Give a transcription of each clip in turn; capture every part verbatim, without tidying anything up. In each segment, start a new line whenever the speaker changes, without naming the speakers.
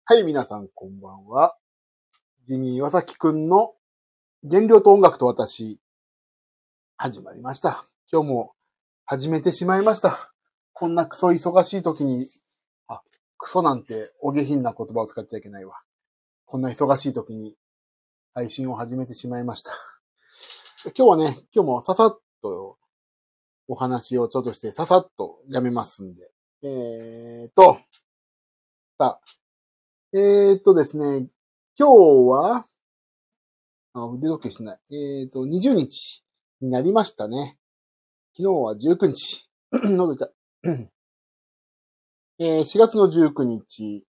はい、皆さんこんばんは。ジミー岩崎くんの原料と音楽と私、始まりました。今日も始めてしまいました。こんなクソ忙しい時に、あ、クソなんてお下品な言葉を使っちゃいけないわ。こんな忙しい時に配信を始めてしまいました。今日はね、今日もささっとお話をちょっとしてささっとやめますんで。えーと、さあ、えーとですね、今日は、あ、腕時計しない。えーと、にじゅうにちになりましたね。昨日はじゅうくにち。喉痛い。えー、しがつのじゅうくにち、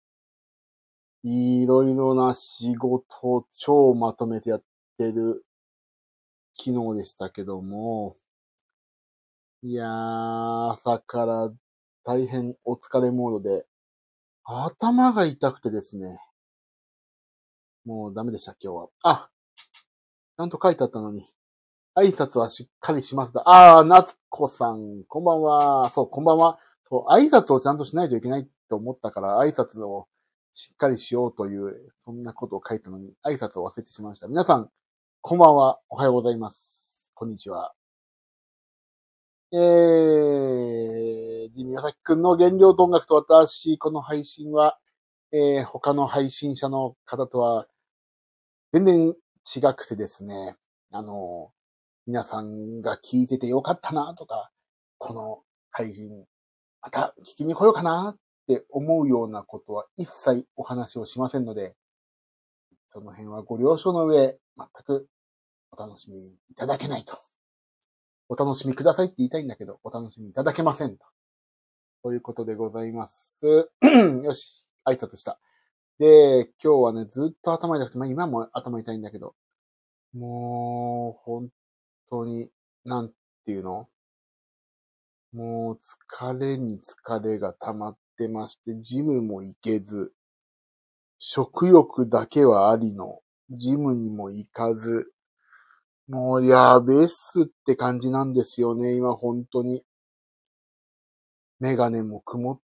いろいろな仕事を超まとめてやってる昨日でしたけども、いやー、朝から大変お疲れモードで、頭が痛くてですね、もうダメでした、今日は。あ、ちゃんと書いてあったのに。挨拶はしっかりしますだ。あー、夏子さん、こんばんは。そう、こんばんは。そう、挨拶をちゃんとしないといけないって思ったから、挨拶をしっかりしようという、そんなことを書いたのに、挨拶を忘れてしまいました。皆さん、こんばんは。おはようございます。こんにちは。えー、ジミヤサキくんの原料と音楽と私、この配信は、えー、他の配信者の方とは全然違くてですね、あの、皆さんが聞いててよかったなとか、この配信、また聞きに来ようかなって思うようなことは一切お話をしませんので、その辺はご了承の上、全くお楽しみいただけないと。お楽しみくださいって言いたいんだけど、お楽しみいただけませんと。ということでございます。よし、挨拶した。で、今日はね、ずっと頭痛くて、まあ今も頭痛いんだけど、もう、本当に、なんていうのもう疲れに疲れが溜まってまして、ジムも行けず、食欲だけはありの、ジムにも行かず、もうやべっすって感じなんですよね、今本当に。メガネも曇って、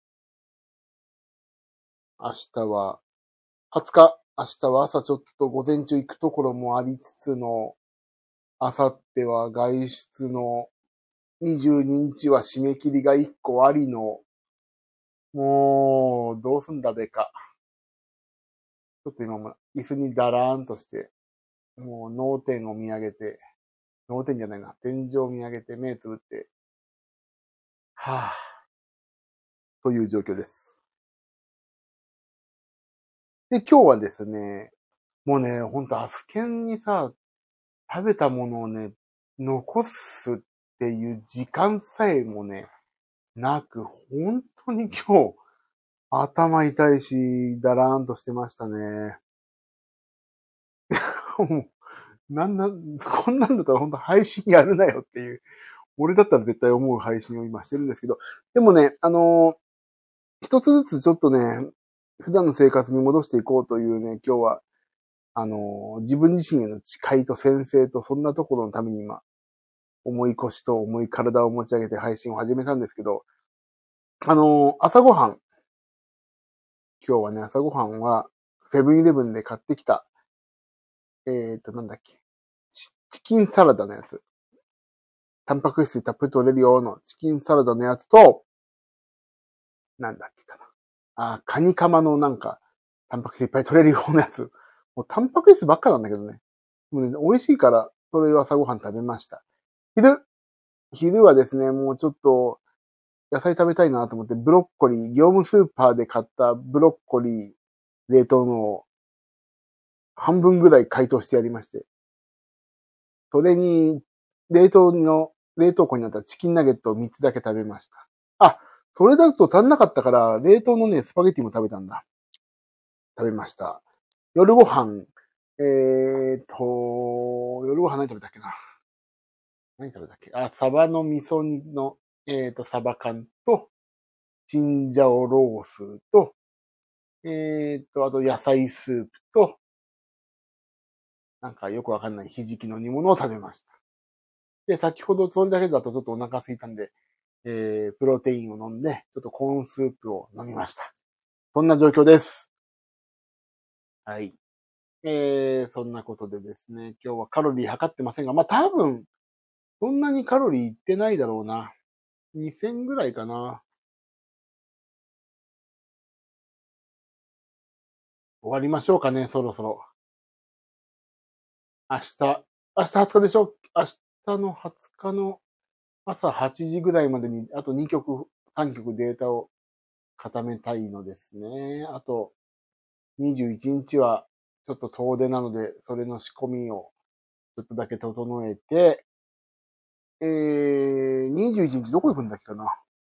明日は、はつか、明日は朝ちょっと午前中行くところもありつつの、明後日は外出の、にじゅうににちは締め切りがいっこありの、もう、どうすんだべか。ちょっと今も椅子にダラーンとして、もう脳天を見上げて、脳天じゃないな、天井を見上げて目つぶって、はぁ、という状況です。で、今日はですね、もうね、ほんとアスケンにさ、食べたものをね、残すっていう時間さえもね、なく、本当に今日、頭痛いし、ダラーンとしてましたね。もう、なんなん、こんなんだったら本当配信やるなよっていう、俺だったら絶対思う配信を今してるんですけど、でもね、あのー一つずつちょっとね、普段の生活に戻していこうというね、今日は、あのー自分自身への誓いと先生とそんなところのために今、重い腰と重い体を持ち上げて配信を始めたんですけど、あのー朝ごはん、今日はね、朝ごはんは、セブンイレブンで買ってきた、えっと、なんだっけ、チチキンサラダのやつ。タンパク質たっぷり取れるようなチキンサラダのやつと、なんだっけかな。あ、カニカマのなんか、タンパク質いっぱい取れるようなやつ。もうタンパク質ばっかなんだけどね。もうね、美味しいから、それを朝ごはん食べました。昼、昼はですね、もうちょっと、野菜食べたいなと思って、ブロッコリー、業務スーパーで買ったブロッコリー、冷凍のを半分ぐらい解凍してやりまして、それに、冷凍の、冷凍庫にあったチキンナゲットをみっつだけ食べました。あ、それだと足んなかったから、冷凍のね、スパゲッティも食べたんだ。食べました。夜ご飯、えーと、夜ご飯何食べたっけな。何食べたっけ。あ、サバの味噌煮の、えーと、サバ缶と、チンジャオロースと、えーと、あと野菜スープと、なんかよくわかんないひじきの煮物を食べました。で、先ほどそれだけだとちょっとお腹空いたんで、えー、プロテインを飲んで、ちょっとコーンスープを飲みました。 そんな状況です。はい。えー、そんなことでですね、今日はカロリー測ってませんが、まあ、多分、そんなにカロリーいってないだろうな。にせんぐらいかな。終わりましょうかね、そろそろ。明日、明日はつかでしょ？明日のはつかの朝はちじぐらいまでに、あとにきょく、さんきょくデータを固めたいのですね。あと、にじゅういちにちは、ちょっと遠出なので、それの仕込みをちょっとだけ整えて、えー、にじゅういちにちどこ行くんだっけかな？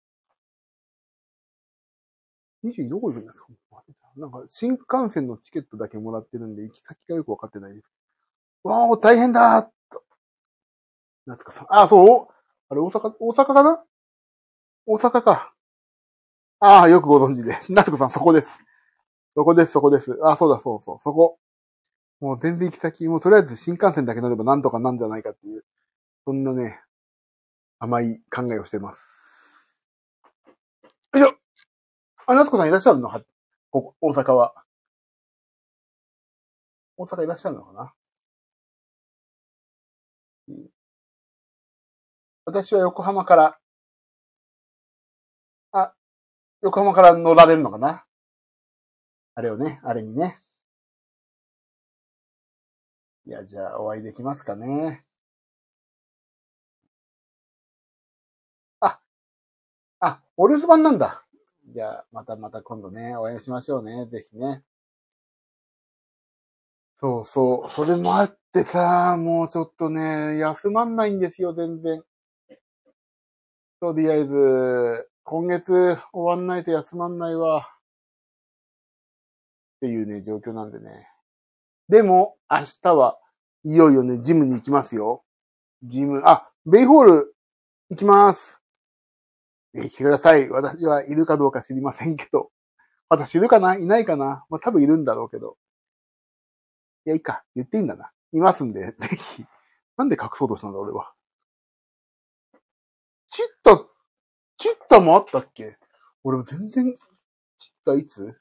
にじゅうにちどこ行くんだっけ？なんか、新幹線のチケットだけもらってるんで、行き先がよくわかってないです。わー、大変だーと。夏かさん。あ、そう。あれ、大阪、大阪かな？大阪か。ああ、よくご存知で。夏子さん、そこです。そこです、そこです。あ、そうだ、そうそう、そこ。もう全然行き先、もうとりあえず新幹線だけ乗ればなんとかなんじゃないかっていう、そんなね、甘い考えをしてます。よいしょ。あ、夏子さんいらっしゃるのは、ここ、大阪は。大阪いらっしゃるのかな？私は横浜から、あ、横浜から乗られるのかな？あれをね、あれにね。いや、じゃあお会いできますかね。あ、あ、お留守番なんだ。じゃあ、またまた今度ね、お会いしましょうね。ぜひね。そうそう。それもあってさ、もうちょっとね、休まんないんですよ、全然。とりあえず、今月終わんないと休まんないわ。っていうね、状況なんでね。でも、明日はいよいよね、ジムに行きますよ。ジム、あ、ベイホール行きます。え、来てください。私はいるかどうか知りませんけど。私いるかないないかな？まあ、多分いるんだろうけど。いや、いいか。言っていいんだな。いますんで、ぜひ。なんで隠そうとしたんだ、俺は。チッタ、チッタもあったっけ？俺も全然、チッタいつ？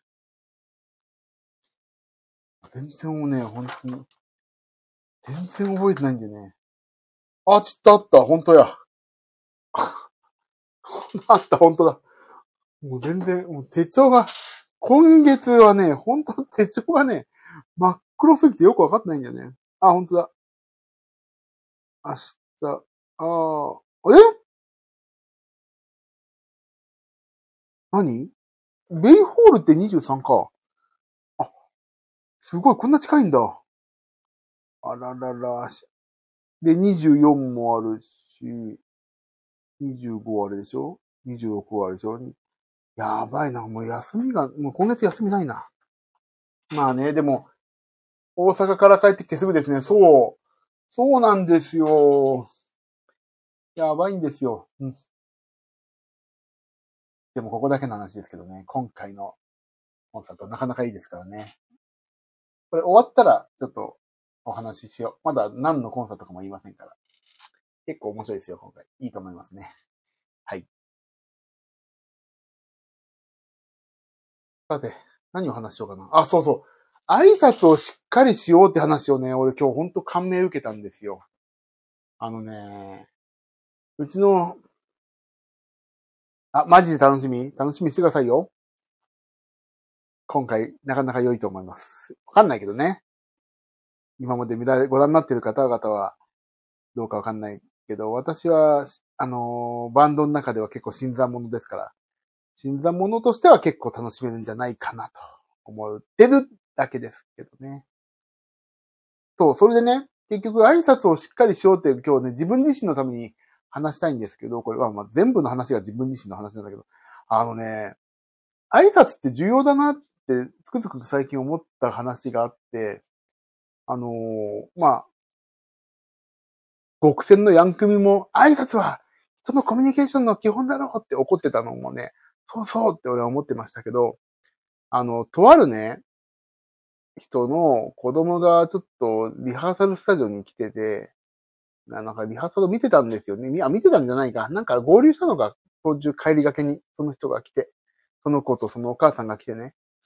全然もうね、本当に、全然覚えてないんでね。あ、チッタあった、本当や。あった、本当だ。もう全然、もう手帳が、今月はね、本当手帳がね、真っ黒すぎてよくわかってないんだよね。あ、本当だ。明日、ああ、あれ？何？ベイホールってにじゅうさんか。あ、すごい、こんな近いんだ。あららら。で、にじゅうよんもあるし、にじゅうごあれでしょ？ にじゅうろく あれでしょ？やばいな。もう休みが、もう今月休みないな。まあね、でも、大阪から帰ってきてすぐですね。そう。そうなんですよ。やばいんですよ。うん。でもここだけの話ですけどね。今回のコンサートなかなかいいですからね。これ終わったらちょっとお話ししよう。まだ何のコンサートかも言いませんから。結構面白いですよ、今回。いいと思いますね。はい。さて、何を話しようかな。あ、そうそう。挨拶をしっかりしようって話をね、俺今日ほんと感銘受けたんですよ。あのね、うちの、あ、マジで楽しみ楽しみにしてくださいよ。今回、なかなか良いと思います。わかんないけどね。今まで見られ、ご覧になっている方々は、どうかわかんないけど、私は、あのーバンドの中では結構新参者ですから、新参者としては結構楽しめるんじゃないかなと思ってるだけですけどね。そう、それでね、結局挨拶をしっかりしようって今日ね、自分自身のために話したいんですけど、これはまあ全部の話が自分自身の話なんだけど、あのね、挨拶って重要だなってつくづく最近思った話があって、あのーまあ、極戦のヤンクミも挨拶は人のコミュニケーションの基本だろうって怒ってたのもね、そうそうって俺は思ってましたけど、あの、とあるね、人の子供がちょっとリハーサルスタジオに来てて、なんかリハーサル見てたんですよね。いや、見てたんじゃないか。なんか合流したのが途中帰りがけにその人が来て、その子とそのお母さんが来てね。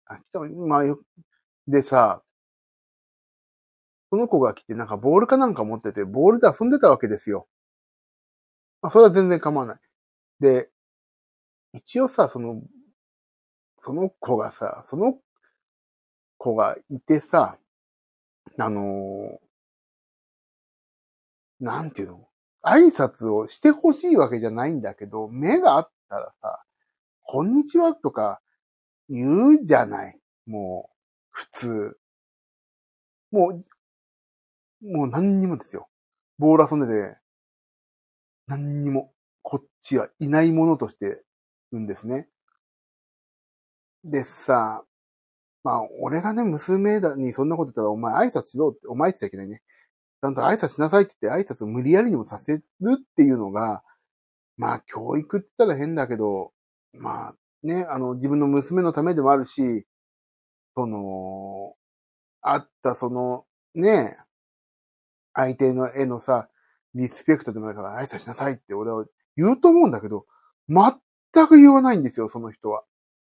あ、来た、まあよ、でさ、その子が来てなんかボールかなんか持ってて、ボールで遊んでたわけですよ。まあ、それは全然構わない。で、一応さ、その、その子がさ、その子がいてさ、あのーなんていうの挨拶をしてほしいわけじゃないんだけど、目があったらさ、こんにちはとか言うじゃない。もう、普通。もう、もう何にもですよ。ボール遊んでて、何にも、こっちはいないものとしてるんですね。でさ、まあ、俺がね、娘だにそんなこと言ったら、お前挨拶しろって、お前って言っちゃいけないね。ちゃんと挨拶しなさいって言って、挨拶を無理やりにもさせるっていうのが、まあ、教育って言ったら変だけど、まあ、ね、あの、自分の娘のためでもあるし、その、あったその、ね、相手の絵のさ、リスペクトでもないから挨拶しなさいって俺は言うと思うんだけど、全く言わないんですよ、その人は。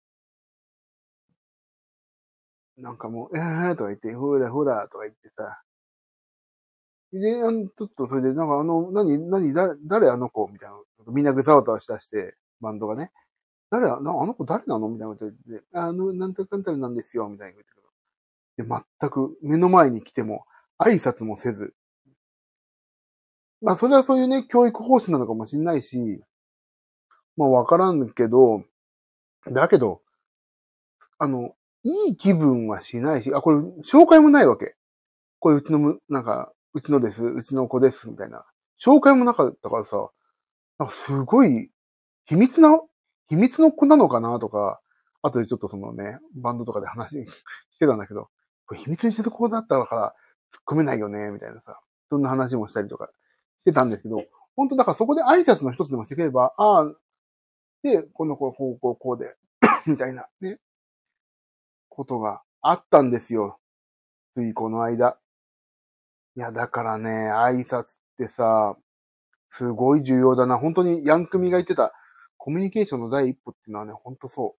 なんかもう、えーとか言って、ほらほらとか言ってさ。で、あの、ちょっとそれで、なんかあの、何、何、誰、誰あの子みたいな。みんなぐざわざわしだして、バンドがね。誰、なあの子誰なのみたいなこと言って、あの、なんとかんたらなんですよ、みたいな言ってる。で、全く目の前に来ても、挨拶もせず。まあ、それはそういうね、教育方針なのかもしれないし、まあ、わからんけど、だけど、あの、いい気分はしないし、あ、これ、紹介もないわけ。これ、うちのむ、なんか、うちのです、うちの子です、みたいな。紹介もなかったからさ、なんかすごい、秘密な、秘密の子なのかなとか、あとでちょっとそのね、バンドとかで話してたんだけど、これ秘密にしてる子だったから突っ込めないよね、みたいなさ、そんな話もしたりとかしてたんですけど、本当だからそこで挨拶の一つでもしてくれれば、ああ、で、この子、こう、こう、こうで、みたいなね、ことがあったんですよ。ついこの間。いや、だからね、挨拶ってさ、すごい重要だな。本当にヤンクミが言ってた、コミュニケーションの第一歩っていうのはね、本当そう。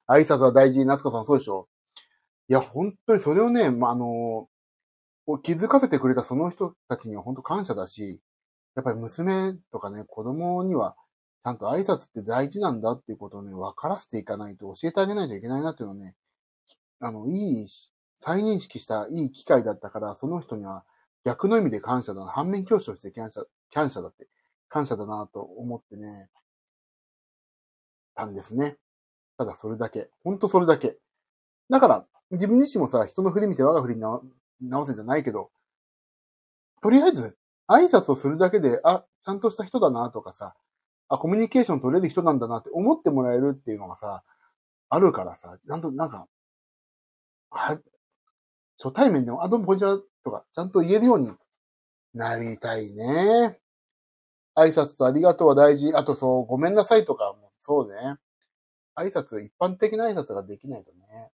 挨拶は大事。夏子さんそうでしょ？いや、本当にそれをね、まあ、あの、気づかせてくれたその人たちには本当感謝だし、やっぱり娘とかね、子供には、ちゃんと挨拶って大事なんだっていうことをね、分からせていかないと、教えてあげないといけないなっていうのをね、あの、いい、再認識したいい機会だったから、その人には逆の意味で感謝だな。反面教師として感謝、感謝だって、感謝だなと思ってね、たんですね。ただそれだけ。ほんとそれだけ。だから、自分自身もさ、人の振り見て我が振りに直せじゃないけど、とりあえず、挨拶をするだけで、あ、ちゃんとした人だなとかさ、あ、コミュニケーション取れる人なんだなって思ってもらえるっていうのがさ、あるからさ、ちゃんとなんか、は、初対面でも、あ、どうもこんにちはとか、ちゃんと言えるようになりたいね。挨拶とありがとうは大事。あとそう、ごめんなさいとかもそうね。挨拶、一般的な挨拶ができないとね。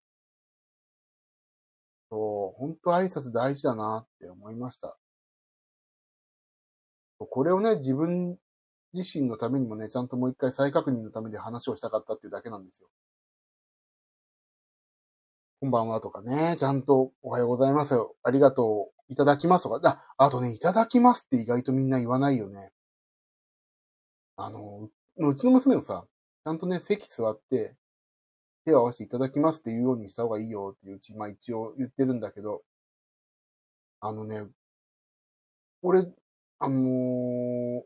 そう、本当挨拶大事だなって思いました。これをね、自分自身のためにもね、ちゃんともう一回再確認のために話をしたかったっていうだけなんですよ。こんばんはとかね、ちゃんとおはようございますよ。ありがとう。いただきますとか。あ、あとね、いただきますって意外とみんな言わないよね。あの、うちの娘もさ、ちゃんとね、席座って、手を合わせていただきますっていうようにした方がいいよっていううち、まあ一応言ってるんだけど、あのね、俺、あのー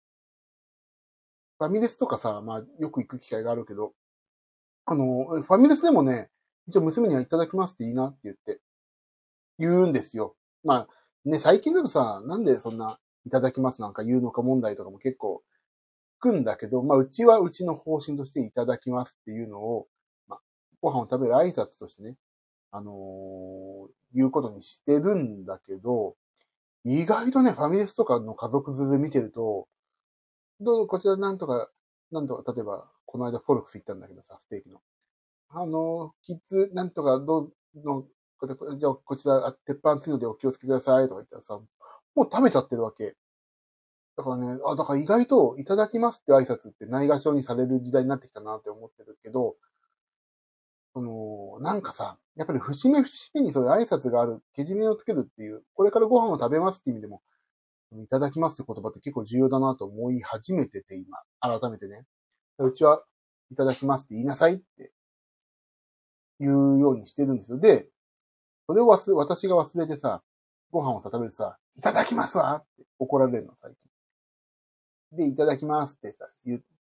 ファミレスとかさ、まあよく行く機会があるけど、あのーファミレスでもね、一応娘にはいただきますっていいなって言って、言うんですよ。まあね、最近だとさ、なんでそんないただきますなんか言うのか問題とかも結構聞くんだけど、まあうちはうちの方針としていただきますっていうのを、まあ、ご飯を食べる挨拶としてね、あのー言うことにしてるんだけど、意外とね、ファミレスとかの家族連れ見てると、どうぞこちらなんとか、なんとか、例えば、この間フォルクス行ったんだけどさ、ステーキの。あの、キッズ、なんとか、どうぞ、の、じゃあ、こちら、鉄板熱いのでお気をつけくださいとか言ったらさ、もう食べちゃってるわけ。 だからね、あ、だから意外といただきますって挨拶ってないがしろにされる時代になってきたなって思ってるけど、その、なんかさ、やっぱり節目節目にそういう挨拶がある、けじめをつけるっていう、これからご飯を食べますっていう意味でも、いただきますって言葉って結構重要だなと思い始めてて、今。改めてね。うちはいただきますって言いなさいって言うようにしてるんですよ。で、それを忘れ、私が忘れてさ、ご飯をさ、食べるとさ、いただきますわって怒られるの、最近。で、いただきますってさ、言う、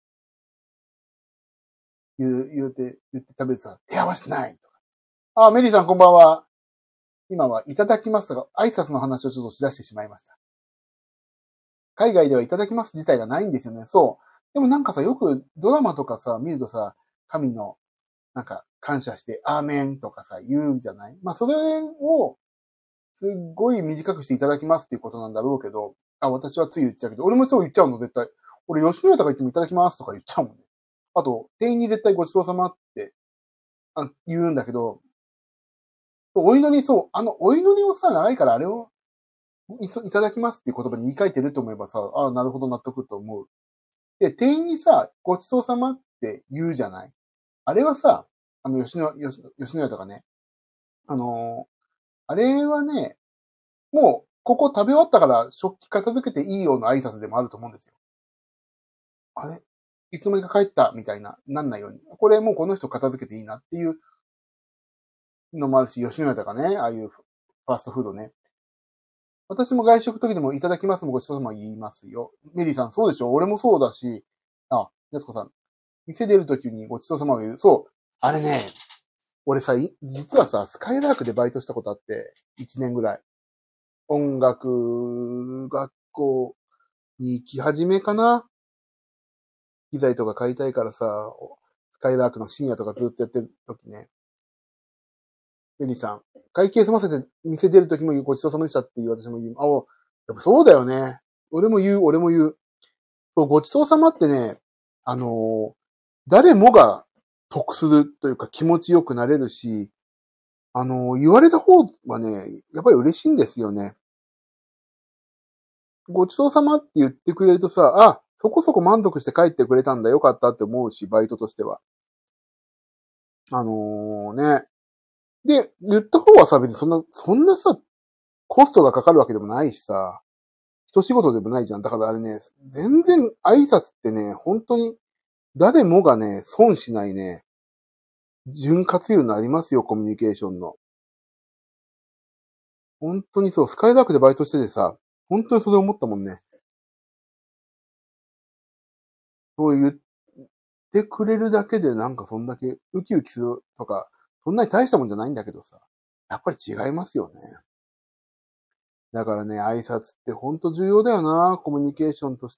言う、言うて、言って食べるとさ、手合わせないとか。あ、メリーさんこんばんは。今はいただきますとか、挨拶の話をちょっとしだしてしまいました。海外ではいただきます自体がないんですよね。そう。でもなんかさ、よくドラマとかさ、見るとさ、神の、なんか、感謝して、アーメンとかさ、言うじゃない？まあ、それを、すっごい短くしていただきますっていうことなんだろうけど、あ、私はつい言っちゃうけど、俺もそう言っちゃうの、絶対。俺、吉野家とか言ってもいただきますとか言っちゃうもんね。あと、店員に絶対ごちそうさまってあ言うんだけど、お祈り、そう、あの、お祈りをさ、長いからあれをいいただきますっていう言葉に言い換えてると思えばさ、ああ、なるほど納得と思う。で、店員にさ、ごちそうさまって言うじゃない？あれはさ、あの、吉野、吉吉野家とかね、あのーあれはね、もう、ここ食べ終わったから食器片付けていいような挨拶でもあると思うんですよ。あれいつの間にか帰ったみたいな、なんないように。これもうこの人片付けていいなっていうのもあるし、吉野家とかね、ああいうファーストフードね。私も外食時でもいただきますもごちそうさま言いますよ。メリーさんそうでしょ？俺もそうだし、あ、やすこさん、店出る時にごちそうさまを言う。そう。あれね、俺さ、実はさ、スカイラークでバイトしたことあって、いちねんぐらい。音楽学校に行き始めかな？機材とか買いたいからさ、スカイラークの深夜とかずっとやってる時ね。ベニーさん、会計済ませて店出る時も言うごちそうさまでしたっていう私も言う。あ、やっぱそうだよね。俺も言う、俺も言う。そう、ごちそうさまってね、あのー誰もが得するというか気持ちよくなれるし、あのー言われた方はね、やっぱり嬉しいんですよね。ごちそうさまって言ってくれるとさ、あ、そこそこ満足して帰ってくれたんだ、よかったって思うし、バイトとしては。あのーね。で、言った方はさ、別にそんな、そんなさ、コストがかかるわけでもないしさ、一仕事でもないじゃん。だからあれね、全然挨拶ってね、本当に誰もがね、損しないね、潤滑油になりますよ、コミュニケーションの。本当にそう、スカイラークでバイトしててさ、本当にそれ思ったもんね。そう言ってくれるだけでなんかそんだけウキウキするとか、そんなに大したもんじゃないんだけどさ、やっぱり違いますよね。だからね、挨拶って本当重要だよな、コミュニケーションとして。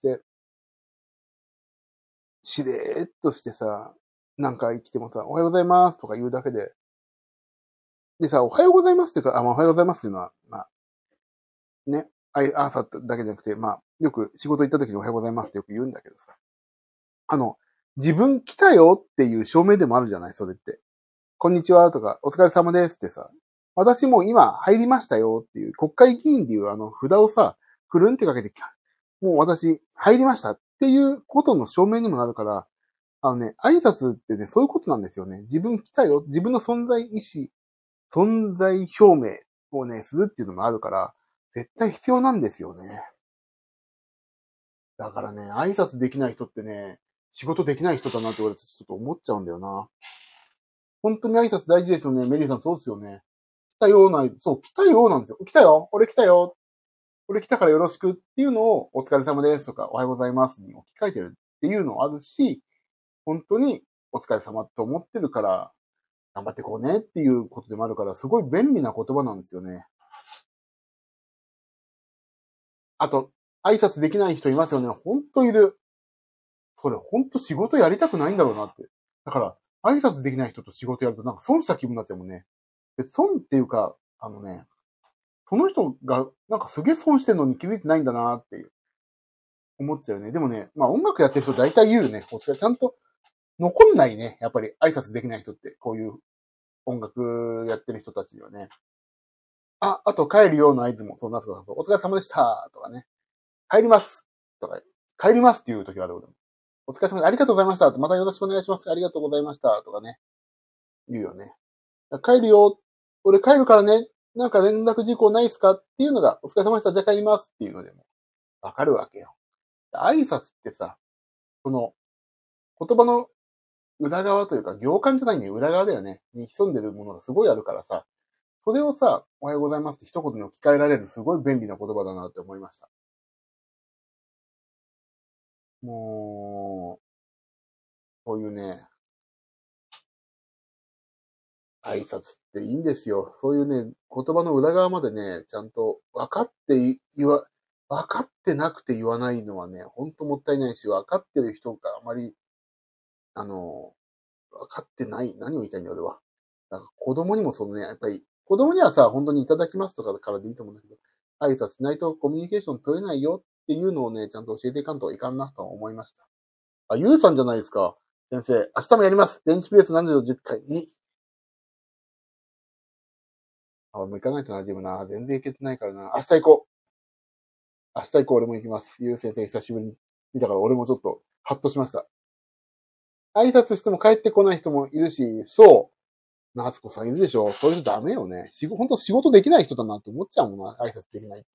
しれーっとしてさ、なんか来てもさ、おはようございますとか言うだけで。でさ、おはようございますっていうか、あ、まあ、おはようございますっていうのは、まあ、ね、あい、朝だけじゃなくて、まあ、よく仕事行った時におはようございますってよく言うんだけどさ。あの、自分来たよっていう証明でもあるじゃない、それって。こんにちはとか、お疲れ様ですってさ、私もう今入りましたよっていう、国会議員っていうあの札をさ、くるんってかけて、もう私入りましたっていうことの証明にもなるから、あのね、挨拶ってね、そういうことなんですよね。自分来たよ、自分の存在意思、存在表明をね、するっていうのもあるから、絶対必要なんですよね。だからね、挨拶できない人ってね、仕事できない人だなって言われてちょっと思っちゃうんだよな。本当に挨拶大事ですよね。メリーさんそうですよね。来たような、そう、来たようなんですよ。来たよ俺来たよ俺来たからよろしくっていうのを、お疲れ様ですとか、おはようございますに置き換えてるっていうのあるし、本当にお疲れ様と思ってるから、頑張ってこうねっていうことでもあるから、すごい便利な言葉なんですよね。あと、挨拶できない人いますよね。ほんといる。それほんと仕事やりたくないんだろうなって。だから、挨拶できない人と仕事やるとなんか損した気分になっちゃうもんね。で損っていうか、あのね、その人がなんかすげえ損してるのに気づいてないんだなっていう思っちゃうね。でもね、まあ音楽やってる人大体言うよね。ちゃんと残んないね。やっぱり挨拶できない人って、こういう音楽やってる人たちにはね。あ、あと帰るような合図も、そうなってください。お疲れ様でしたとかね。帰りますとか、帰りますっていう時がある。お疲れ様でありがとうございましたまたよろしくお願いします。ありがとうございましたとかね。言うよね。帰るよ。俺帰るからね。なんか連絡事項ないっすかっていうのが、お疲れ様でした。じゃあ帰りますっていうのでも、わかるわけよ。挨拶ってさ、この、言葉の裏側というか、行間じゃないね。裏側だよね。に潜んでるものがすごいあるからさ、それをさ、おはようございますって一言に置き換えられるすごい便利な言葉だなって思いました。もう、こういうね、挨拶っていいんですよ。そういうね、言葉の裏側までね、ちゃんと分かって言わ、分かってなくて言わないのはね、ほんともったいないし、分かってる人があまり、あの、分かってない。何を言いたいんだよ、俺は。だから子供にもそのね、やっぱり、子供にはさ、本当にいただきますとかからでいいと思うんだけど、挨拶しないとコミュニケーション取れないよっていうのをね、ちゃんと教えていかんといかんなと思いました。あ、ゆうさんじゃないですか。先生、明日もやります。ベンチプレスななじゅうじゅっかいに。あ、もう行かないとな、自分な。全然行けてないからな。明日行こう。明日行こう、俺も行きます。ゆう先生久しぶりに見たから俺もちょっと、ハッとしました。挨拶しても帰ってこない人もいるし、そう。夏子さんいるでしょ。そういう人ダメよね。仕事、本当仕事できない人だなって思っちゃうもんな。挨拶できないって。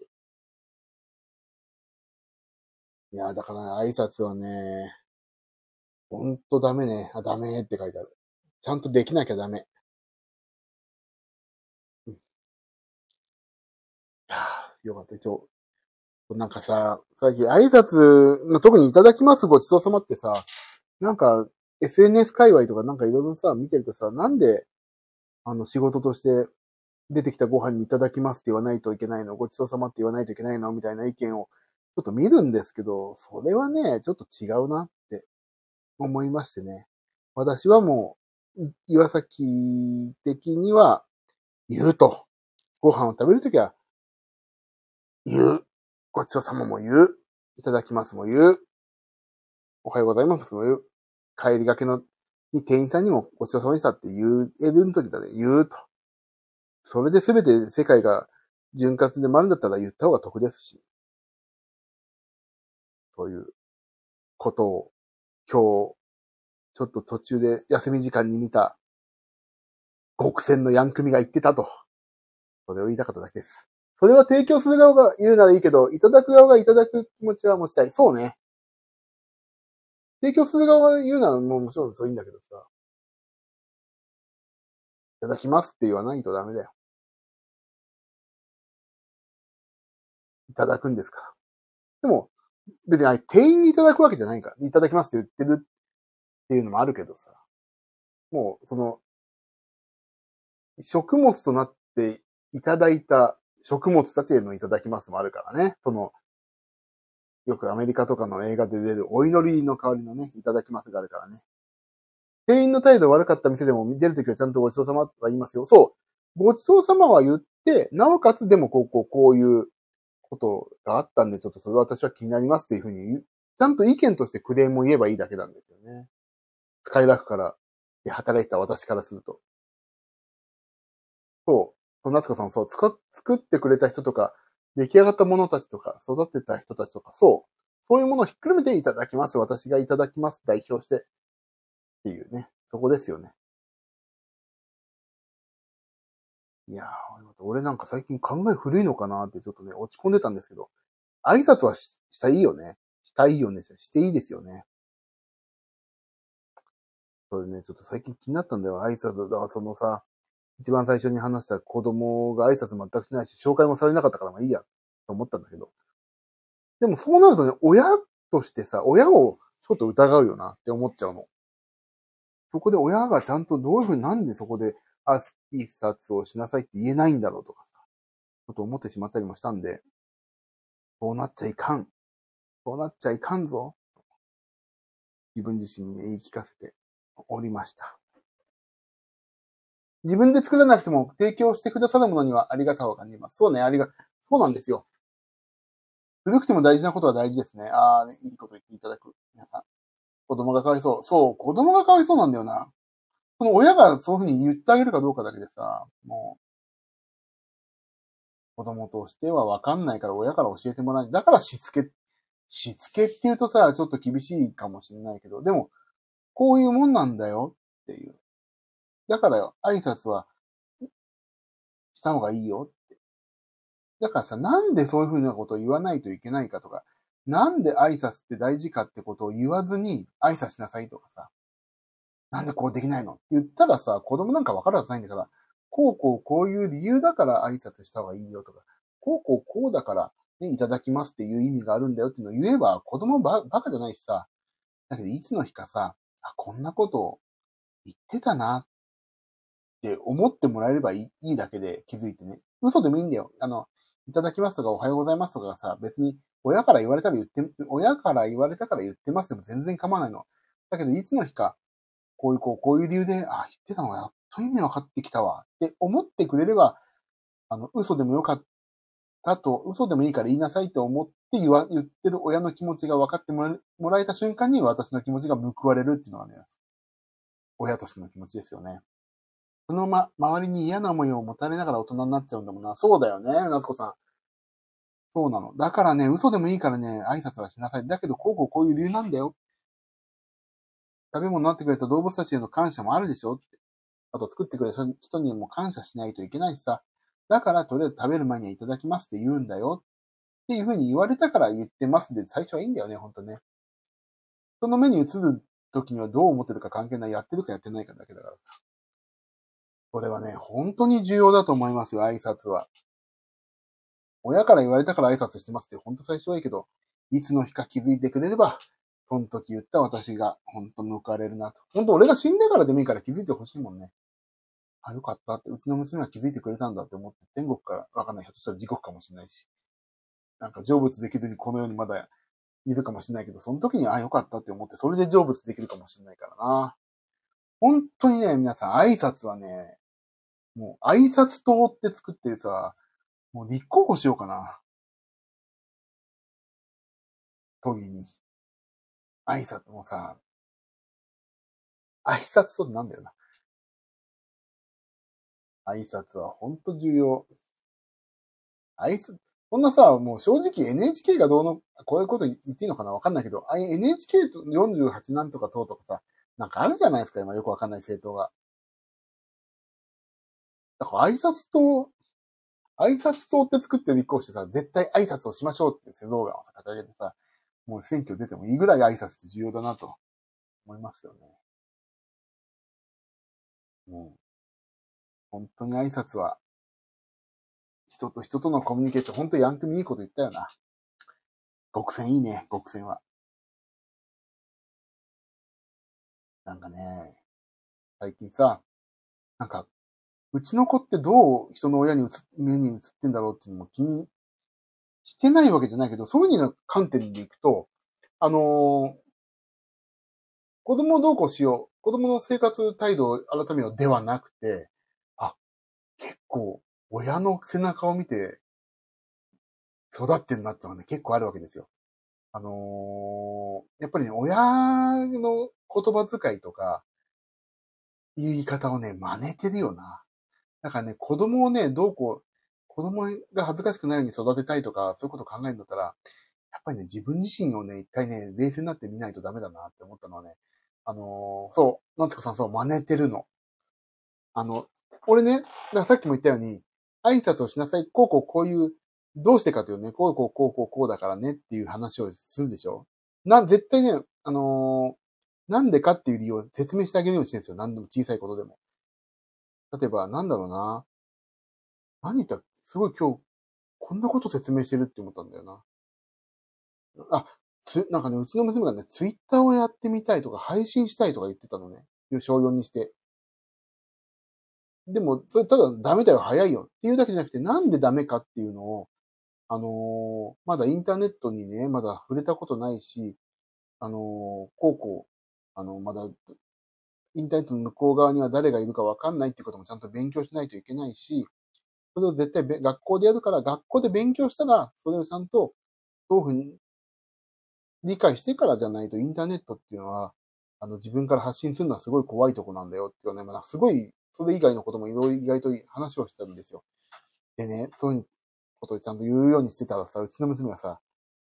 いや、だから挨拶はね、ほんとダメね。あ、ダメって書いてある。ちゃんとできなきゃダメ。うん、いやよかった。一応、なんかさ、最近挨拶、特にいただきますごちそうさまってさ、なんか エスエヌエス 界隈とかなんかいろいろさ、見てるとさ、なんで、あの仕事として出てきたご飯にいただきますって言わないといけないの、ごちそうさまって言わないといけないのみたいな意見をちょっと見るんですけど、それはね、ちょっと違うなって思いましてね。私はもう、岩崎的には言うと。ご飯を食べるときは言う。ごちそうさまも言う。いただきますも言う。おはようございますも言う。帰りがけのに店員さんにもごちそうさまでしたって言えるときだね、言うと。それで全て世界が潤滑で回るんだったら言った方が得ですし。そういうことを今日、ちょっと途中で休み時間に見た極戦のヤンクミが言ってたと。それを言いたかっただけです。それは提供する側が言うならいいけど、いただく側がいただく気持ちは持ちたい。そうね。提供する側が言うならもうもちろんそういいんだけどさ。いただきますって言わないとダメだよ。いただくんですから。でも、別にあれ店員にいただくわけじゃないから。いただきますって言ってるっていうのもあるけどさ。もう、その、食物となっていただいた食物たちへのいただきますもあるからね。その、よくアメリカとかの映画で出るお祈りの代わりのね、いただきますがあるからね。店員の態度悪かった店でも出るときはちゃんとごちそうさまは言いますよ。そう。ごちそうさまは言って、なおかつでもこう、こう、こういうことがあったんで、ちょっとそれは私は気になりますっていうふうに言う。ちゃんと意見としてクレームを言えばいいだけなんですよね。使い楽から、で働いた私からすると。そう。夏子さんそう、作ってくれた人とか、出来上がったものたちとか、育てた人たちとか、そう。そういうものをひっくるめていただきます。私がいただきます。代表して。っていうね。そこですよね。いやー、俺なんか最近考え古いのかなってちょっとね、落ち込んでたんですけど、挨拶は し, したいいよね。したいよね。していいですよね。それね、ちょっと最近気になったんだよ。挨拶。だからそのさ、一番最初に話した子供が挨拶全くしないし、紹介もされなかったからまあいいや、と思ったんだけど。でもそうなるとね、親としてさ、親をちょっと疑うよなって思っちゃうの。そこで親がちゃんとどういうふうになんでそこで挨拶をしなさいって言えないんだろうとかさ、ちょっと思ってしまったりもしたんで、こうなっちゃいかん。こうなっちゃいかんぞ。自分自身に言い聞かせておりました。自分で作らなくても提供してくださるものにはありがたさを感じます。そうね、ありが、そうなんですよ。古くても大事なことは大事ですね。ああ、ね、いいこと言っていただく。皆さん。子供がかわいそう。そう、子供がかわいそうなんだよな。その親がそういうふうに言ってあげるかどうかだけでさ、もう、子供としてはわかんないから親から教えてもらえない。だからしつけしつけっていうとさ、ちょっと厳しいかもしれないけど、でも、こういうもんなんだよっていう。だからよ、挨拶はした方がいいよって。だからさ、なんでそういうふうなことを言わないといけないかとか、なんで挨拶って大事かってことを言わずに挨拶しなさいとかさ、なんでこうできないのって言ったらさ、子供なんかわかるはずないんだから、こうこうこういう理由だから挨拶した方がいいよとか、こうこうこうだから、ね、いただきますっていう意味があるんだよっていうのを言えば、子供ば、バカじゃないしさ、だけどいつの日かさ、あ、こんなことを言ってたなって思ってもらえればいいいいだけで気づいてね。嘘でもいいんだよ。あの、いただきますとかおはようございますとかがさ、別に親から言われたら言って、親から言われたから言ってますでも全然構わないの。だけどいつの日か、こういうこう、こういう理由で、あ、言ってたのがやっと意味分かってきたわって思ってくれれば、あの、嘘でもよかったと、嘘でもいいから言いなさいと思って言わ、言ってる親の気持ちが分かってもらえもらえた瞬間に私の気持ちが報われるっていうのがね、親としての気持ちですよね。そのま、周りに嫌な思いを持たれながら大人になっちゃうんだもんな。そうだよね、夏子さん。そうなの。だからね、嘘でもいいからね、挨拶はしなさい。だけど、こうこうこういう理由なんだよ。食べ物になってくれた動物たちへの感謝もあるでしょって。あと、作ってくれた人にも感謝しないといけないしさ。だから、とりあえず食べる前にはいただきますって言うんだよ。っていうふうに言われたから言ってますで、最初はいいんだよね、ほんとね。その目に映る時にはどう思ってるか関係ない。やってるかやってないかだけだからさ。これはね、本当に重要だと思いますよ、挨拶は。親から言われたから挨拶してますって、ほんと最初はいいけど、いつの日か気づいてくれれば、その時言った私が、ほんと報われるなと。ほんと俺が死んでからでもいいから気づいてほしいもんね。あ、よかったって、うちの娘が気づいてくれたんだって思って、天国からわかんない。ひょっとしたら地獄かもしれないし。なんか成仏できずにこの世にまだいるかもしれないけど、その時に、あ、よかったって思って、それで成仏できるかもしれないからな。本当にね、皆さん、挨拶はね、もう挨拶塔って作ってさ、もう立候補しようかな。都議に。挨拶もさ、挨拶となんだよな。挨拶はほんと重要。挨拶、こんなさ、もう正直 エヌエイチケー がどうの、こういうこと言っていいのかなわかんないけど、あ エヌエイチケー とよんじゅうはちなんとか党とかさ、なんかあるじゃないですか、今よくわかんない政党が。だから挨拶党、挨拶党って作って立候補してさ、絶対挨拶をしましょうっていうスローガンをさ、掲げてさ、もう選挙出てもいいぐらい挨拶って重要だなと思いますよね。もう、本当に挨拶は、人と人とのコミュニケーション、本当にヤンクミいいこと言ったよな。極戦いいね、極戦は。なんかね、最近さ、なんか、うちの子ってどう人の親に映目に映ってんだろうっていうのも気にしてないわけじゃないけど、そういうふうな観点でいくと、あのー、子供をどうこうしよう、子供の生活態度を改めようではなくて、あ、結構、親の背中を見て育ってんなってのがね、結構あるわけですよ。あのー、やっぱりね、親の言葉遣いとか、言い方をね、真似てるよな。だからね、子供をね、どうこう、子供が恥ずかしくないように育てたいとか、そういうことを考えるんだったら、やっぱりね、自分自身をね、一回ね、冷静になってみないとダメだなって思ったのはね、あのー、そう、なんとかさんそう、真似てるの。あの、俺ね、だからさっきも言ったように、挨拶をしなさい、こうこうこういう、どうしてかというね、こうこうこうこうこうだからねっていう話をするでしょ。な、絶対ね、あのー、なんでかっていう理由を説明してあげるようにしてるんですよ。何でも小さいことでも。例えば、なんだろうな。何言ったすごい今日、こんなこと説明してるって思ったんだよな。あ、つ、なんかね、うちの娘がね、ツイッターをやってみたいとか、配信したいとか言ってたのね。小よんにして。でも、それただダメだよ、早いよっていうだけじゃなくて、なんでダメかっていうのを、あのーまだインターネットにね、まだ触れたことないし、あのーこうこう、あの、まだ、インターネットの向こう側には誰がいるかわかんないっていうこともちゃんと勉強しないといけないし、それを絶対べ学校でやるから、学校で勉強したら、それをちゃんと、どういうふうに理解してからじゃないと、インターネットっていうのは、あの、自分から発信するのはすごい怖いとこなんだよっていうね、まあ、すごい、それ以外のこともいろいろ意外と話をしたんですよ。でね、そういうことをちゃんと言うようにしてたらさ、うちの娘がさ、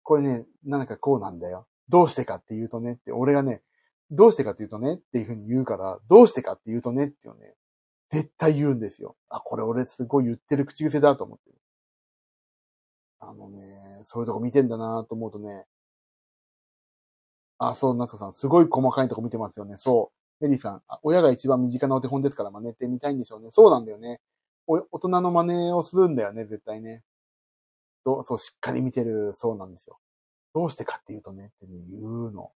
これね、なんかこうなんだよ。どうしてかって言うとねって、俺がね、どうしてかって言うとねっていう風に言うから、どうしてかって言うとねっていうね、絶対言うんですよ。あ、これ俺すごい言ってる口癖だと思ってる。あのね、そういうとこ見てんだなと思うとね、あ、そう、夏子さん、すごい細かいとこ見てますよね。そう。エリーさん、あ親が一番身近なお手本ですから真似てみたいんでしょうね。そうなんだよね。お大人の真似をするんだよね、絶対ね。そう、そう、しっかり見てる、そうなんですよ。どうしてかっていうとね、ってね、言うの。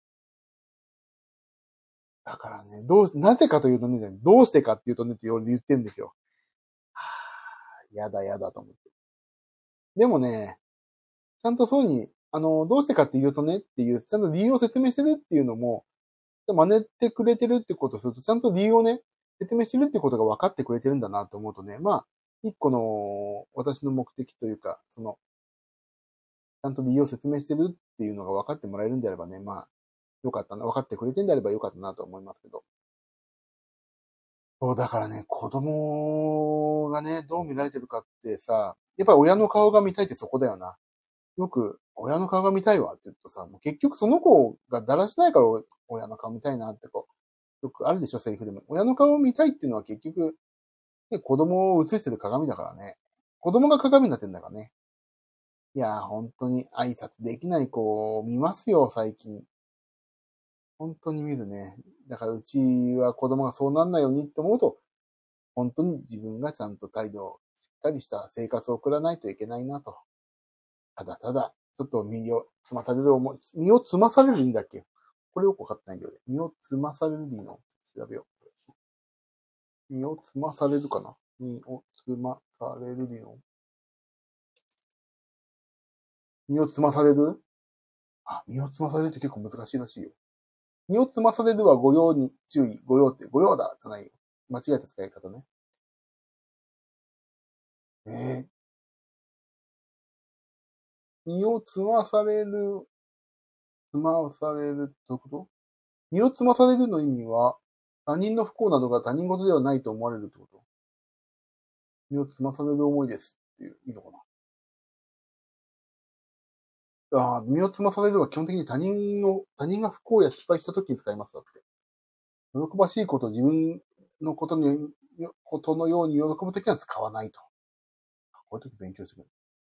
だからね、どう、なぜかというとね、どうしてかっていうとねって俺言ってるんですよ。はぁ、やだやだと思って。でもね、ちゃんとそうに、あの、どうしてかっていうとねっていう、ちゃんと理由を説明してるっていうのも、真似てくれてるってことをすると、ちゃんと理由をね、説明してるってことが分かってくれてるんだなと思うとね、まあ、一個の私の目的というか、その、ちゃんと理由を説明してるっていうのが分かってもらえるんであればね、まあ、よかったな、分かってくれてんであればよかったなと思いますけど。そう、だからね、子供がね、どう見られてるかってさ、やっぱり親の顔が見たいってそこだよな。よく、親の顔が見たいわって言うとさ、もう結局その子がだらしないから親の顔見たいなってこう、よくあるでしょ、セリフでも。親の顔を見たいっていうのは結局、ね、子供を映してる鏡だからね。子供が鏡になってんだからね。いやー、本当に挨拶できない子を見ますよ、最近。本当に見るね。だからうちは子供がそうなんないようにって思うと、本当に自分がちゃんと態度をしっかりした生活を送らないといけないなと。ただただ、ちょっと身をつまされる思い、身をつまされるんだっけこれよくわかってないんだよね。身をつまされるでいいの調べよう。身をつまされるかな身をつまされるでいいの身をつまされるあ、身をつまされるって結構難しいらしいよ。身をつまされるは御用に注意。御用って、御用だじゃないよ。間違えた使い方ね。えー、身をつまされる、つまされる、どういうこと身をつまされるの意味は、他人の不幸などが他人事ではないと思われるってこと身をつまされる思いですっていう、いいのかなああ、身をつまされるは基本的に他人の、他人が不幸や失敗した時に使いますだって。喜ばしいこと、自分のことに、ことのように喜ぶときは使わないと。こういう時勉強してくる。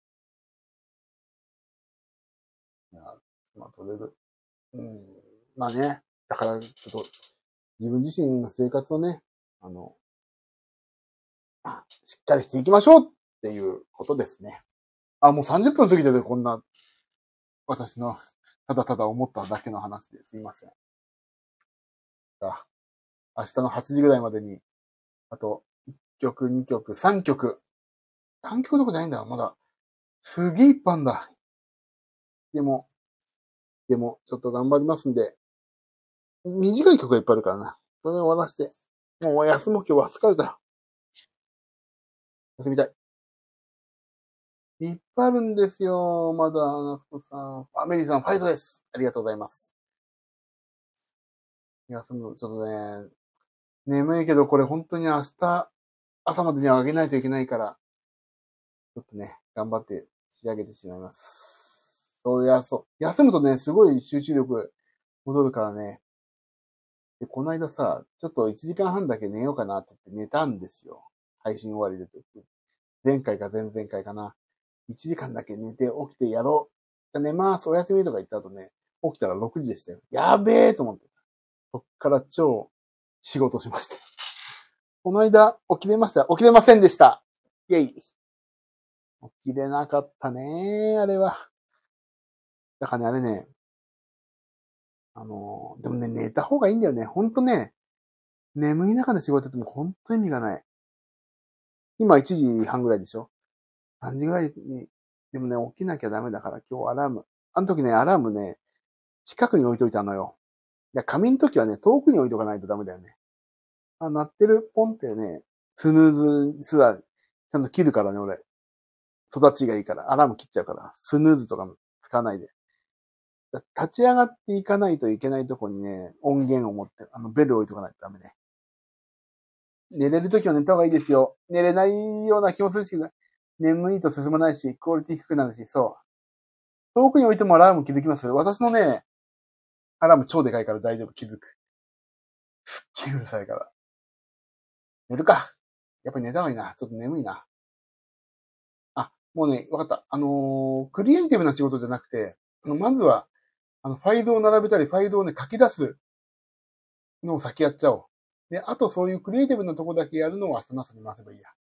いや、まあ、それで、うん、まあね。だから、ちょっと、自分自身の生活をね、あの、しっかりしていきましょうっていうことですね。あ、もうさんじゅっぷん過ぎてて、こんな、私の、ただただ思っただけの話ですいません。あ明日のはちじぐらいまでに、あと、いっきょく、にきょく、さんきょく。さんきょくどころじゃないんだよ、まだ。すげえいっぱいあんだ。でも、でも、ちょっと頑張りますんで、短い曲がいっぱいあるからな。それを終わらせて、もう休もう今日は疲れた。休みたい。いっぱいあるんですよ。まだ、ナスコさん。あ、メリーさん、ファイトです。ありがとうございます。休むの、ちょっとね、眠いけど、これ本当に明日、朝までにはあげないといけないから、ちょっとね、頑張って仕上げてしまいます。そうや、そう。休むとね、すごい集中力戻るからね。で、この間さ、ちょっといちじかんはんだけ寝ようかなって言って寝たんですよ。配信終わりで。前回か前々回かな。いちじかんだけ寝て起きてやろう。じゃ寝ます。おやすみとか言った後ね、起きたらろくじでしたよ。やべえと思って。そっから超仕事しました。この間起きれました起きれませんでした。イェイ。起きれなかったねあれは。だからね、あれね、あのー、でもね、寝た方がいいんだよね。ほんとね、眠い中で仕事やってもほんと意味がない。今いちじはんぐらいでしょ ?さん 時ぐらいに、でもね、起きなきゃダメだから今日アラーム。あの時ね、アラームね、近くに置いといたのよ。いや、仮眠の時はね、遠くに置いとかないとダメだよね。あ、鳴ってるポンってね、スヌーズすら、ちゃんと切るからね、俺。育ちがいいから、アラーム切っちゃうから、スヌーズとかも使わないで。立ち上がっていかないといけないとこにね、音源を持って、あの、ベル置いとかないとダメね。寝れるときは寝た方がいいですよ。寝れないような気もするし、眠いと進まないし、クオリティ低くなるし、そう。 遠くに置いてもアラーム気づきます。私のね、アラーム超でかいから大丈夫、気づく。すっげえうるさいから。寝るか。やっぱり寝た方がいいな。ちょっと眠いな。あ、もうね、わかった。あのー、クリエイティブな仕事じゃなくて、あのまずは、あの、ファイルを並べたり、ファイルをね、書き出すのを先やっちゃおう。で、あとそういうクリエイティブなとこだけやるのを明日の朝に回せばいいや。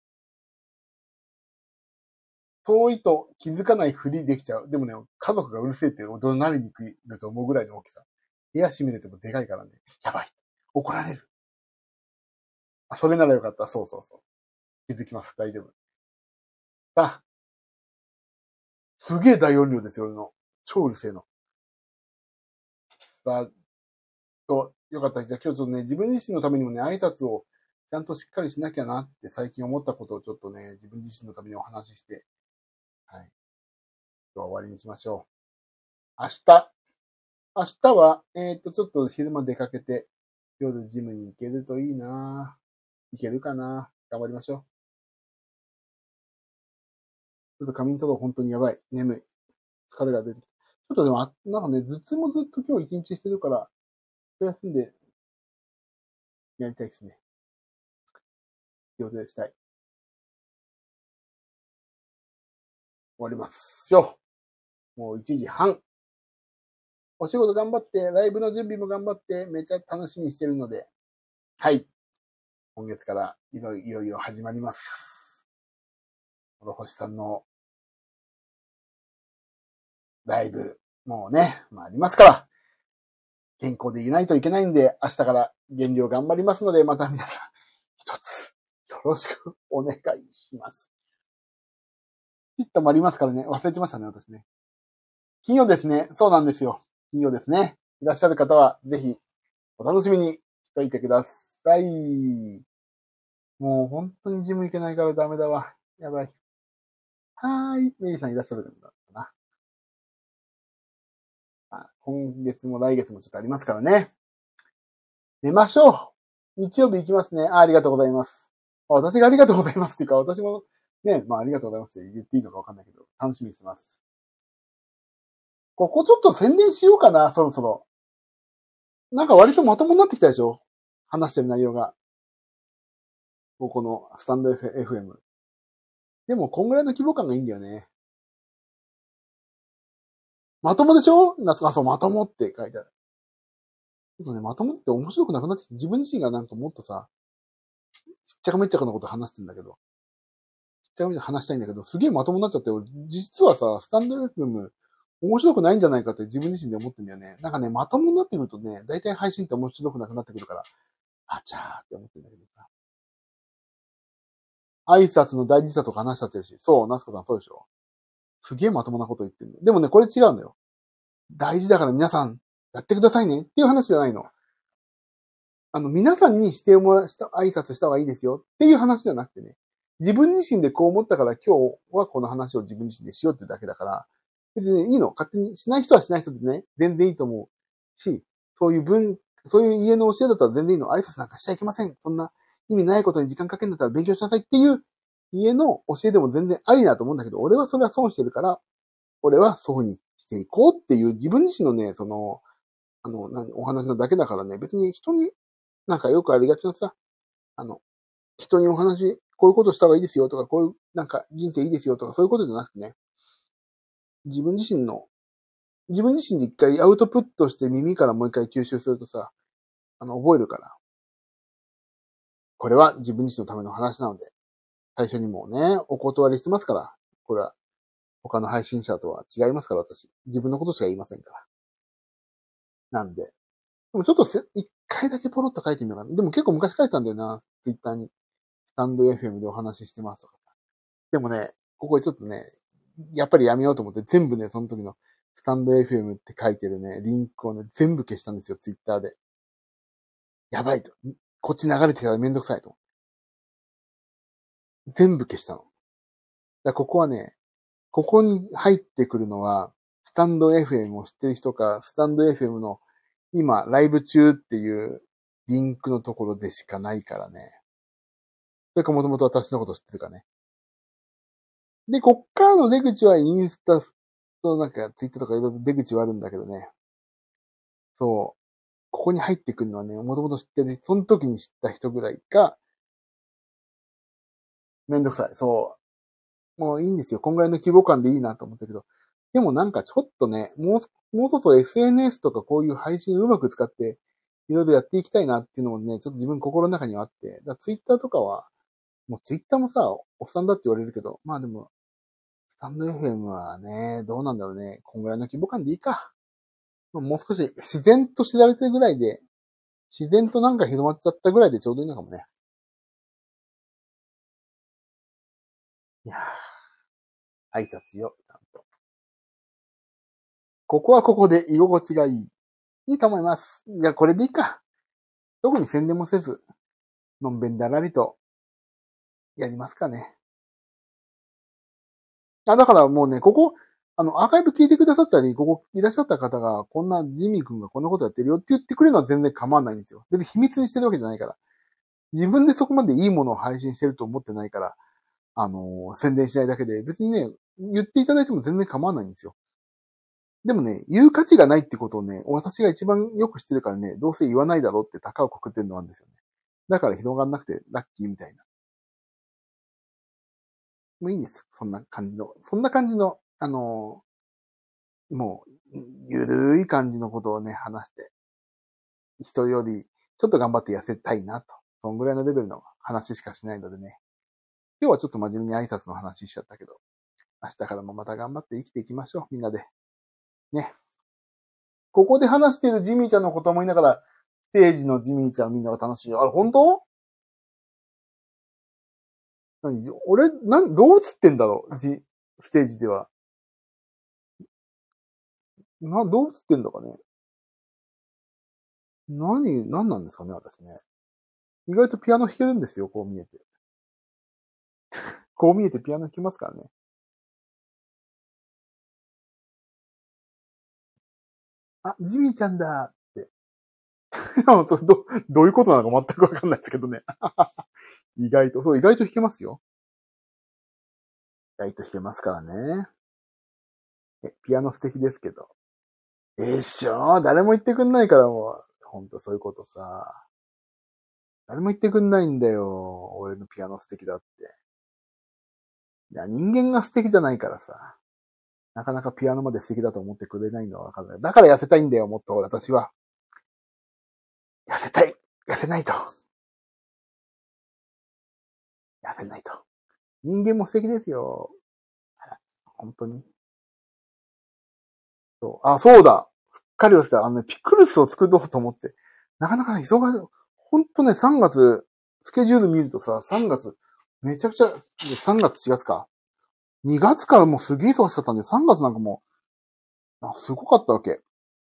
遠いと気づかないふりできちゃう。でもね、家族がうるせえって怒鳴りにくいだと思うぐらいの大きさ。部屋閉めててもでかいからね。やばい。怒られる。あ、それならよかった。そうそうそう。気づきます。大丈夫。あ、すげえ大音量ですよ、俺の。超うるせえの。さあ、と、よかった。じゃあ今日ちょっとね、自分自身のためにもね、挨拶をちゃんとしっかりしなきゃなって最近思ったことをちょっとね、自分自身のためにお話しして、はい。今日は終わりにしましょう。明日。明日は、えっと、ちょっと昼間出かけて、夜ジムに行けるといいなぁ。行けるかな頑張りましょう。ちょっと仮眠取る本当にやばい。眠い。疲れが出てきた。ちょっとでも、あなんかね、頭痛もずっと今日一日してるから、休んでやりたいですね。予定したい。終わりますよ。もういちじはん。お仕事頑張って、ライブの準備も頑張って、めちゃ楽しみにしてるので、はい。今月からいよいよいよ始まります。諸星さんのライブ、もうね、まあありますから、健康でいないといけないんで、明日から減量頑張りますので、また皆さん、一つ、よろしくお願いします。ピットもありますからね、忘れてましたね、私ね。金曜ですね、そうなんですよ。金曜ですね。いらっしゃる方は、ぜひ、お楽しみにしといてください。もう本当にジム行けないからダメだわ。やばい。はーい。メリーさんいらっしゃるんだな。あ、今月も来月もちょっとありますからね。寝ましょう。日曜日行きますね。あ、ありがとうございます。私がありがとうございますっていうか、私もね、まあありがとうございますって言っていいのかわかんないけど、楽しみにしてます。ここちょっと宣伝しようかな、そろそろ。なんか割とまともになってきたでしょ？話してる内容が。ここのスタンド エフエム。でも、こんぐらいの規模感がいいんだよね。まともでしょ？あ、そう、まともって書いてある。ちょっとね、まともって面白くなくなってきて、自分自身がなんかもっとさ、ちっちゃかめっちゃかなこと話してんだけど、ちっちゃかめっちゃ話したいんだけど、すげえまともになっちゃって、俺、実はさ、スタンド エフエム、面白くないんじゃないかって自分自身で思ってんだよね。なんかね、まともになってくるとね、大体配信って面白くなくなってくるから、あちゃーって思ってんだけどさ。挨拶の大事さとか話したってるし、そう、ナスコさんそうでしょ？すげえまともなこと言ってんの。でもね、これ違うんだよ。大事だから皆さん、やってくださいねっていう話じゃないの。あの、皆さんにしてもらした、挨拶した方がいいですよっていう話じゃなくてね。自分自身でこう思ったから今日はこの話を自分自身でしようっていうだけだから、別にいいの。勝手にしない人はしない人でね、全然いいと思うし、そういう文、そういう家の教えだったら全然いいの。挨拶なんかしちゃいけません。そんな意味ないことに時間かけるんだったら勉強しなさいっていう家の教えでも全然ありだと思うんだけど、俺はそれは損してるから、俺はそうにしていこうっていう自分自身のね、その、あの、何、お話のだけだからね、別に人になんかよくありがちなさ、あの、人にお話、こういうことした方がいいですよとか、こういう、なんか人生いいですよとか、そういうことじゃなくてね、自分自身の、自分自身で一回アウトプットして耳からもう一回吸収するとさ、あの、覚えるから。これは自分自身のための話なので、最初にもうね、お断りしてますから、これは他の配信者とは違いますから、私。自分のことしか言いませんから。なんで。でもちょっとせ一回だけポロッと書いてみようかな。でも結構昔書いたんだよな、ツイッターに。スタンド エフエム でお話ししてますとか。でもね、ここでちょっとね、やっぱりやめようと思って全部ね、その時のスタンド エフエム って書いてるね、リンクをね、全部消したんですよ、ツイッターで。やばいと。こっち流れてきたらめんどくさいと。全部消したの。だからここはね、ここに入ってくるのは、スタンド エフエム を知ってる人か、スタンド エフエム の今、ライブ中っていうリンクのところでしかないからね。それかもともと私のこと知ってるかね。で、こっからの出口はインスタとなんかツイッターとかいろいろ出口はあるんだけどね。そう。ここに入ってくるのはね、もともと知ってて、その時に知った人ぐらいが、めんどくさい。そう。もういいんですよ。こんぐらいの規模感でいいなと思ったけど。でもなんかちょっとね、もう、もうそろそろ エスエヌエス とかこういう配信をうまく使って、いろいろやっていきたいなっていうのもね、ちょっと自分心の中にはあって。だ Twitter とかは、もう Twitter もさ、おっさんだって言われるけど、まあでも、スタンド エフエム はね、どうなんだろうね。こんぐらいの規模感でいいか。もう少し自然と知られてるぐらいで、自然となんか広まっちゃったぐらいでちょうどいいのかもね。いやー、挨拶よ、ちゃんと。ここはここで居心地がいい。いいと思います。じゃあこれでいいか。特に宣伝もせず、のんべんだらりと、やりますかね。あ、だからもうね、ここ、あの、アーカイブ聞いてくださったり、ここいらっしゃった方が、こんなジミー君がこんなことやってるよって言ってくれるのは全然構わないんですよ。別に秘密にしてるわけじゃないから。自分でそこまでいいものを配信してると思ってないから、あのー宣伝しないだけで、別にね、言っていただいても全然構わないんですよ。でもね、言う価値がないってことをね、私が一番よく知ってるからね、どうせ言わないだろうって高をくくってるのなんですよね。だから広がんなくてラッキーみたいな。もういいんです。そんな感じの、そんな感じの、あのーもう、ゆるい感じのことをね、話して、人よりちょっと頑張って痩せたいなと。そんぐらいのレベルの話しかしないのでね。今日はちょっと真面目に挨拶の話しちゃったけど、明日からもまた頑張って生きていきましょう、みんなで。ね。ここで話しているジミーちゃんのことを思いながら、ステージのジミーちゃんみんなが楽しいよ。あれ、本当？何俺、なん、どう映ってんだろうジ、ステージでは。な、どう映ってんだかね。何、何なんですかね、私ね。意外とピアノ弾けるんですよ、こう見えて。こう見えてピアノ弾けますからね。あ、ジミーちゃんだって。ど、どういうことなのか全くわかんないですけどね。意外と、そう、意外と弾けますよ。意外と弾けますからね。え、ピアノ素敵ですけど。えー、っしょ誰も言ってくんないからもう、ほんとそういうことさ。誰も言ってくんないんだよ。俺のピアノ素敵だって。いや、人間が素敵じゃないからさ。なかなかピアノまで素敵だと思ってくれないのはわかんない。だから痩せたいんだよ、もっと私は。痩せたい。痩せないと。痩せないと。人間も素敵ですよ。本当に。そう。あ、そうだ。すっかり忘れた。あのね、ピクルスを作ろうと思って。なかなかね、忙しい。ほんとね、さんがつ、スケジュール見るとさ、さんがつ、めちゃくちゃ、さんがつ、しがつか。にがつからもうすげえ忙しかったんで、さんがつなんかもう、あ、すごかったわけ。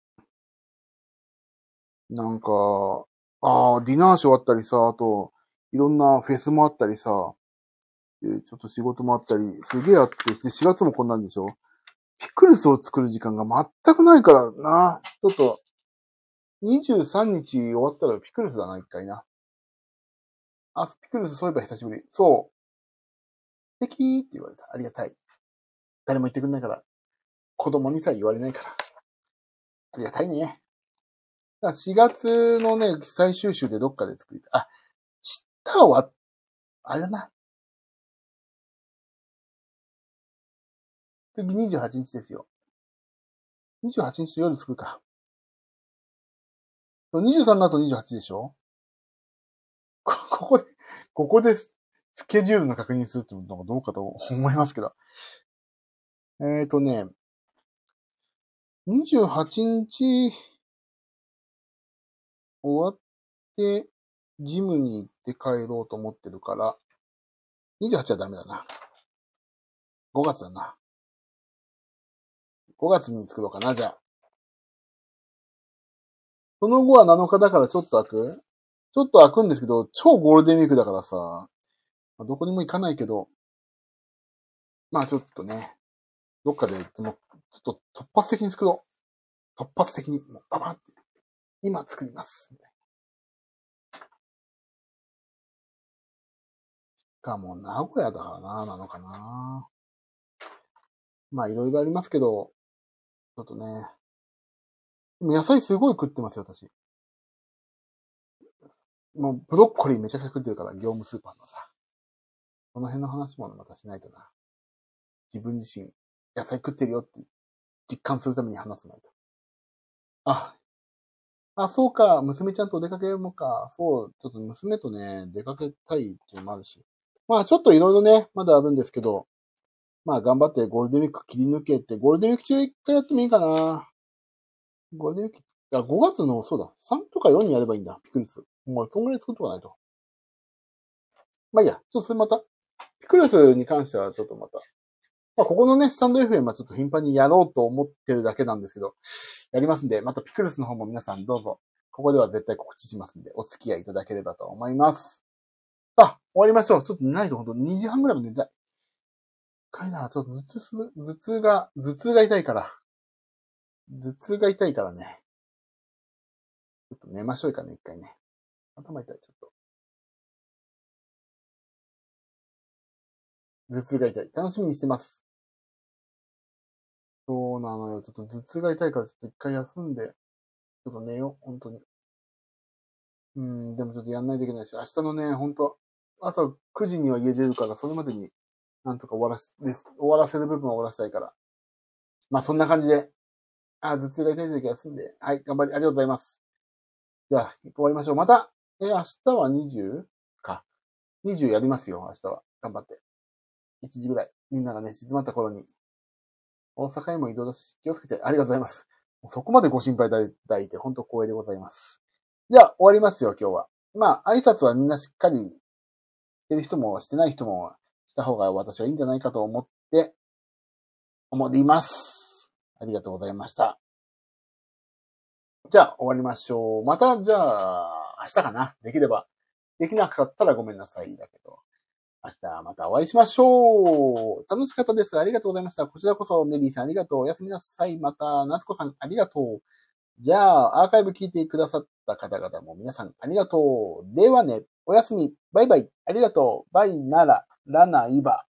なんか、ああ、ディナーショーあったりさ、あと、いろんなフェスもあったりさ、でちょっと仕事もあったり、すげえあって、で、しがつもこんなんでしょ？ピクルスを作る時間が全くないからな。ちょっと、にじゅうさんにち終わったらピクルスだな、一回な。あ、ピクルスそういえば久しぶり。そう。素敵って言われた。ありがたい。誰も言ってくれないから。子供にさえ言われないから。ありがたいね。しがつのね、最終週でどっかで作りたい。あ、知ったは、あれだな。次にじゅうはちにちですよ。にじゅうはちにちの夜作るか。にじゅうさんの後にじゅうはちでしょ？こここで、ここでスケジュールの確認するってのがどうかと思いますけど。えーとね、にじゅうはちにち終わって、ジムに行って帰ろうと思ってるから、にじゅうはちはダメだな。ごがつだな。ごがつに作ろうかな、じゃあ。その後はなのかだからちょっと開く？ちょっと開くんですけど、超ゴールデンウィークだからさ、まあ、どこにも行かないけど、まあちょっとね、どっかで、でもちょっと突発的に作ろう。突発的に、もうババンって、今作ります。かもう名古屋だからな、なのかな。まあいろいろありますけど、 ちょっとね。でも野菜すごい食ってますよ、私。もうブロッコリーめちゃくちゃ食ってるから、業務スーパーのさ。この辺の話もまたしないとな。自分自身、野菜食ってるよって実感するために話さないと。あ、あ、そうか、娘ちゃんとお出かけもか。そう、ちょっと娘とね、出かけたいっていうのもあるし。まあちょっといろいろね、まだあるんですけど、まあ頑張ってゴールデンウィーク切り抜けて、ゴールデンウィーク中一回やってもいいかな。ゴールデンウィーク、あ、ごがつの、そうだ、さんとかよにやればいいんだ、ピクルス。もうこんぐらい作っとかないと。まあいいや、ちょっとそれまた、ピクルスに関してはちょっとまた、まあここのね、スタンド エフエム はちょっと頻繁にやろうと思ってるだけなんですけど、やりますんで、またピクルスの方も皆さんどうぞ、ここでは絶対告知しますんで、お付き合いいただければと思います。あ、終わりましょう。ちょっとないとほんとにじはんぐらいまで寝たい。かいな、ちょっと頭痛する、頭痛が、頭痛が痛いから。頭痛が痛いからね。ちょっと寝ましょうかね、一回ね。頭痛い、ちょっと。頭痛が痛い。楽しみにしてます。そうなのよ。ちょっと頭痛が痛いからちょっと一回休んで、ちょっと寝よう、本当に。うん、でもちょっとやんないといけないし、明日のね、本当朝くじには家出るから、それまでになんとか終わらせ、終わらせる部分は終わらせたいから。まあそんな感じで、あ、頭痛が痛い時は休んで、はい、頑張り、ありがとうございます。じゃあ、終わりましょう。また、え、明日は にじゅう? か。にじゅうやりますよ、明日は。頑張って。いちじぐらい。みんながね、静まった頃に。大阪へも移動だし、気をつけてありがとうございます。そこまでご心配いただいて、本当光栄でございます。じゃあ、終わりますよ、今日は。まあ、挨拶はみんなしっかりしてる人もしてない人もした方が私はいいんじゃないかと思って、思います。ありがとうございました。じゃあ、終わりましょう。また、じゃあ、明日かな。できれば。できなかったらごめんなさい。だけど。明日またお会いしましょう。楽しかったです。ありがとうございました。こちらこそメリーさんありがとう。おやすみなさい。また、夏子さんありがとう。じゃあ、アーカイブ聞いてくださった方々も皆さんありがとう。ではね、おやすみ。バイバイ。ありがとう。バイなら、ラナイバ。